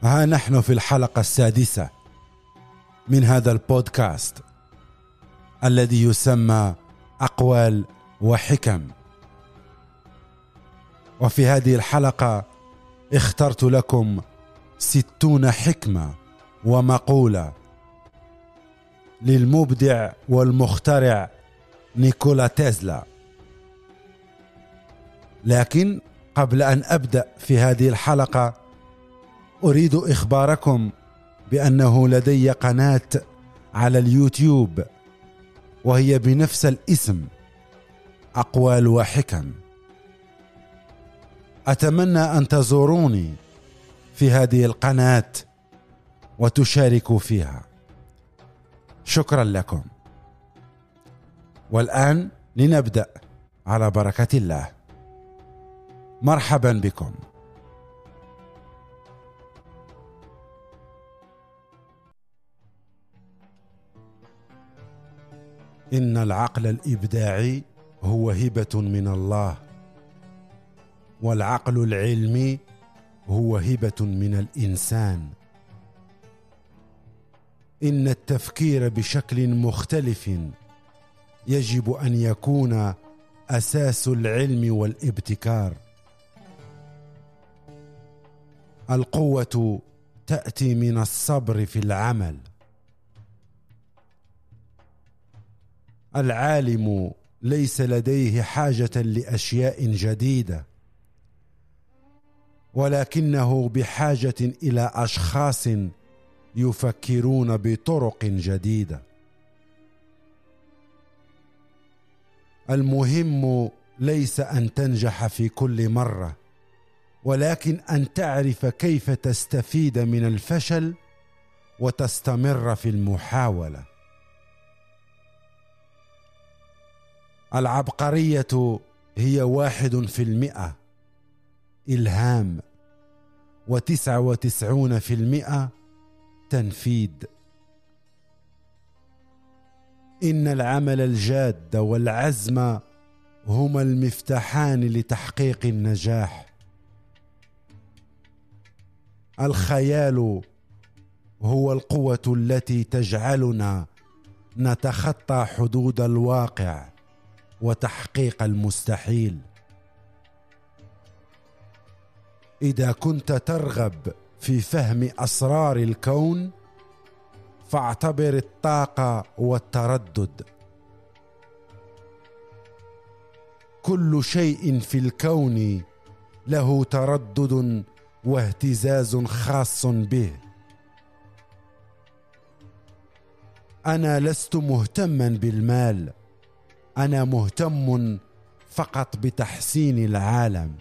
ها نحن في الحلقة السادسة من هذا البودكاست الذي يسمى أقوال وحكم. وفي هذه الحلقة اخترت لكم 60 حكمة ومقولة للمبدع والمخترع نيكولا تسلا. لكن قبل أن أبدأ في هذه الحلقة أريد إخباركم بأنه لدي قناة على اليوتيوب وهي بنفس الاسم أقوال وحكم. أتمنى أن تزوروني في هذه القناة وتشاركوا فيها. شكرا لكم. والآن لنبدأ على بركة الله. مرحبا بكم. إن العقل الإبداعي هو هبة من الله، والعقل العلمي هو هبة من الإنسان. إن التفكير بشكل مختلف يجب أن يكون أساس العلم والابتكار. القوة تأتي من الصبر في العمل. العالم ليس لديه حاجة لأشياء جديدة، ولكنه بحاجة إلى أشخاص يفكرون بطرق جديدة. المهم ليس أن تنجح في كل مرة، ولكن أن تعرف كيف تستفيد من الفشل وتستمر في المحاولة. العبقرية هي 1% إلهام، 99% تنفيذ. إن العمل الجاد والعزم هما المفتاحان لتحقيق النجاح. الخيال هو القوة التي تجعلنا نتخطى حدود الواقع وتحقيق المستحيل. إذا كنت ترغب في فهم أسرار الكون فاعتبر الطاقة والتردد. كل شيء في الكون له تردد واهتزاز خاص به. أنا لست مهتما بالمال، أنا مهتم فقط بتحسين العالم.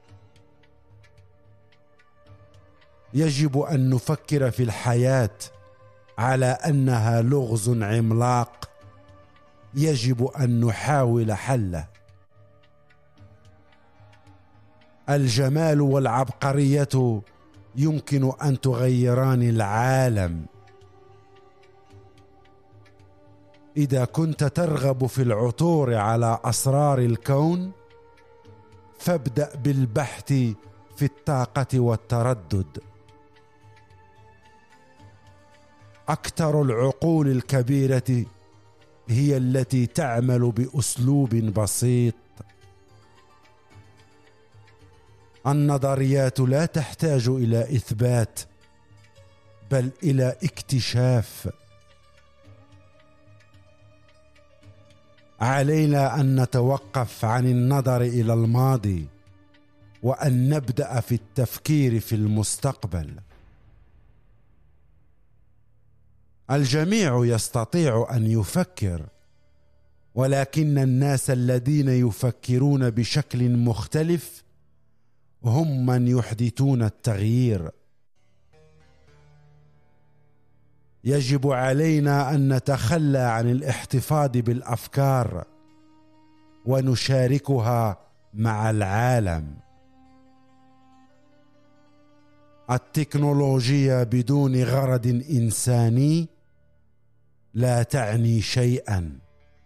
يجب أن نفكر في الحياة على أنها لغز عملاق يجب أن نحاول حله. الجمال والعبقرية يمكن أن تغيران العالم. إذا كنت ترغب في العثور على أسرار الكون فابدأ بالبحث في الطاقة والتردد. أكثر العقول الكبيرة هي التي تعمل بأسلوب بسيط. النظريات لا تحتاج إلى إثبات بل إلى اكتشاف. علينا أن نتوقف عن النظر إلى الماضي وأن نبدأ في التفكير في المستقبل. الجميع يستطيع أن يفكر، ولكن الناس الذين يفكرون بشكل مختلف هم من يحدثون التغيير. يجب علينا أن نتخلى عن الاحتفاظ بالأفكار ونشاركها مع العالم. التكنولوجيا بدون غرض إنساني لا تعني شيئا.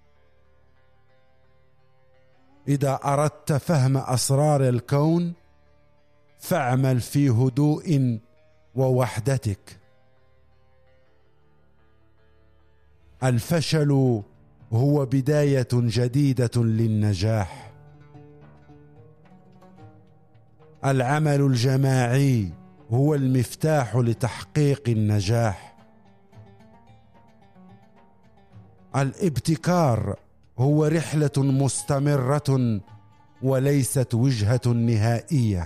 إذا أردت فهم أسرار الكون فاعمل في هدوء ووحدتك. الفشل هو بداية جديدة للنجاح. العمل الجماعي هو المفتاح لتحقيق النجاح. الابتكار هو رحلة مستمرة وليست وجهة نهائية.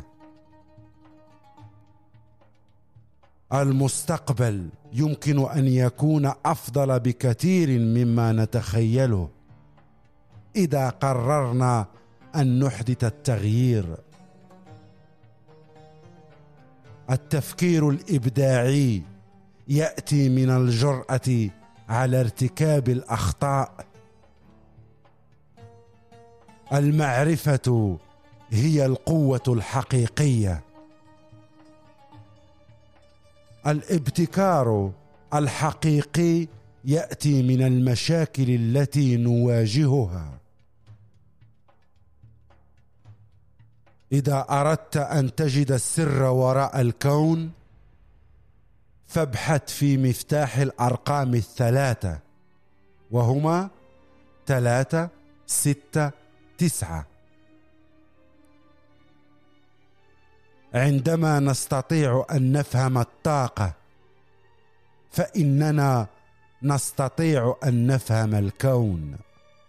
المستقبل يمكن أن يكون أفضل بكثير مما نتخيله إذا قررنا أن نحدث التغيير. التفكير الإبداعي يأتي من الجرأة على ارتكاب الأخطاء. المعرفة هي القوة الحقيقية. الابتكار الحقيقي يأتي من المشاكل التي نواجهها. إذا أردت أن تجد السر وراء الكون فابحث في مفتاح الأرقام الثلاثة، وهما 3 6 9. عندما نستطيع أن نفهم الطاقة فإننا نستطيع أن نفهم الكون.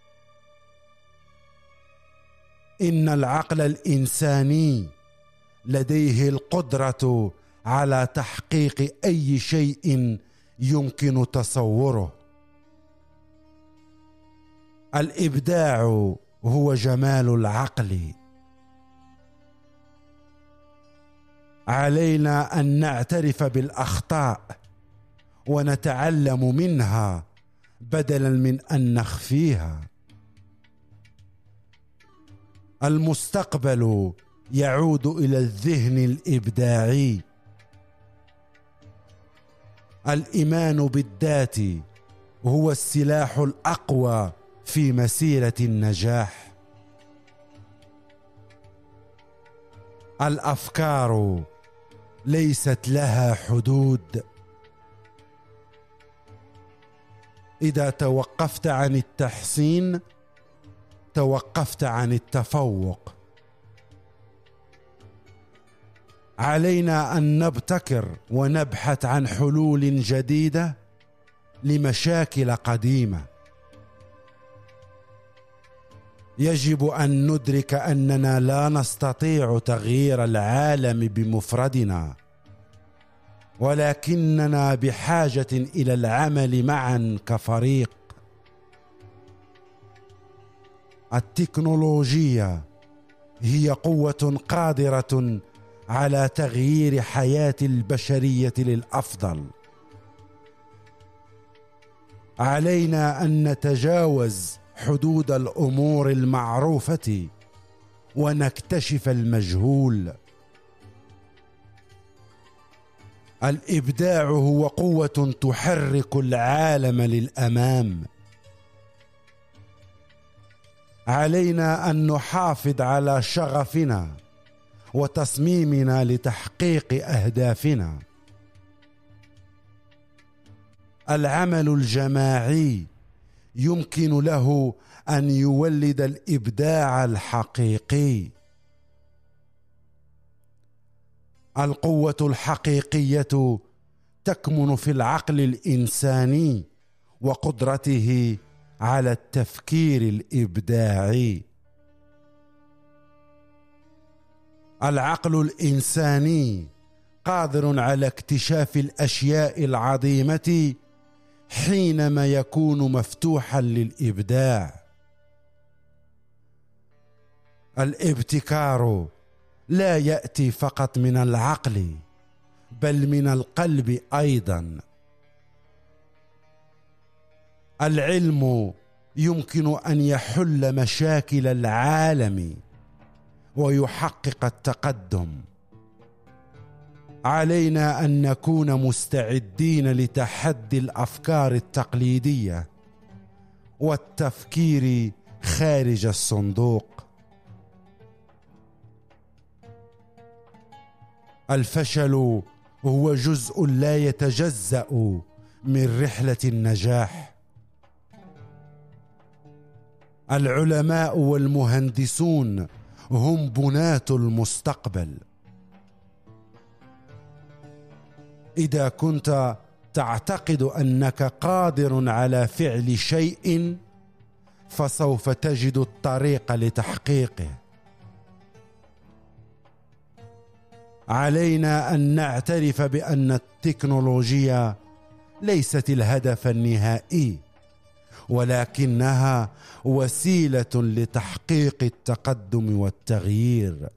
إن العقل الإنساني لديه القدرة على تحقيق أي شيء يمكن تصوره. الإبداع هو جمال العقل. علينا أن نعترف بالأخطاء ونتعلم منها بدلا من أن نخفيها. المستقبل يعود إلى الذهن الإبداعي. الإيمان بالذات هو السلاح الأقوى في مسيرة النجاح. الأفكار ليست لها حدود. إذا توقفت عن التحسين توقفت عن التفوق. علينا أن نبتكر ونبحث عن حلول جديدة لمشاكل قديمة. يجب أن ندرك أننا لا نستطيع تغيير العالم بمفردنا، ولكننا بحاجة إلى العمل معا كفريق. التكنولوجيا هي قوة قادرة على تغيير حياة البشرية للأفضل. علينا أن نتجاوز حدود الأمور المعروفة ونكتشف المجهول. الإبداع هو قوة تحرك العالم للأمام. علينا أن نحافظ على شغفنا وتصميمنا لتحقيق أهدافنا. العمل الجماعي يمكن له أن يولد الإبداع الحقيقي. القوة الحقيقية تكمن في العقل الإنساني وقدرته على التفكير الإبداعي. العقل الإنساني قادر على اكتشاف الأشياء العظيمة حينما يكون مفتوحا للإبداع. الابتكار لا يأتي فقط من العقل بل من القلب أيضا. العلم يمكن أن يحل مشاكل العالم ويحقق التقدم. علينا أن نكون مستعدين لتحدي الأفكار التقليدية والتفكير خارج الصندوق. الفشل هو جزء لا يتجزأ من رحلة النجاح. العلماء والمهندسون هم بناة المستقبل. إذا كنت تعتقد أنك قادر على فعل شيء فسوف تجد الطريق لتحقيقه. علينا أن نعترف بأن التكنولوجيا ليست الهدف النهائي، ولكنها وسيلة لتحقيق التقدم والتغيير.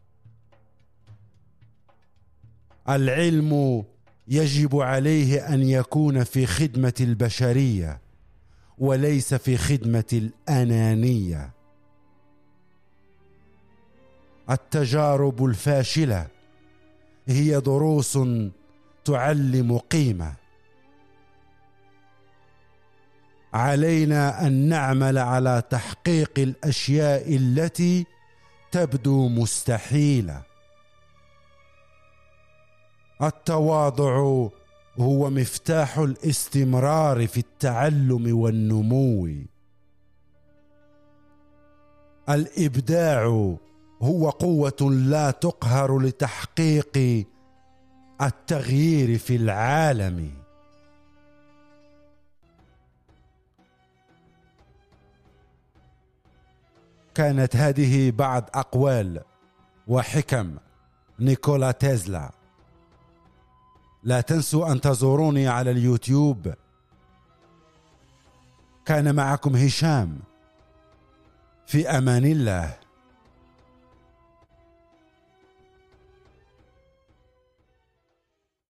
العلم يجب عليه أن يكون في خدمة البشرية وليس في خدمة الأنانية. التجارب الفاشلة هي دروس تعلم قيمة. علينا أن نعمل على تحقيق الأشياء التي تبدو مستحيلة. التواضع هو مفتاح الاستمرار في التعلم والنمو. الإبداع هو قوة لا تقهر لتحقيق التغيير في العالم. كانت هذه بعض أقوال وحكم نيكولا تسلا. لا تنسوا أن تزوروني على اليوتيوب. كان معكم هشام، في أمان الله.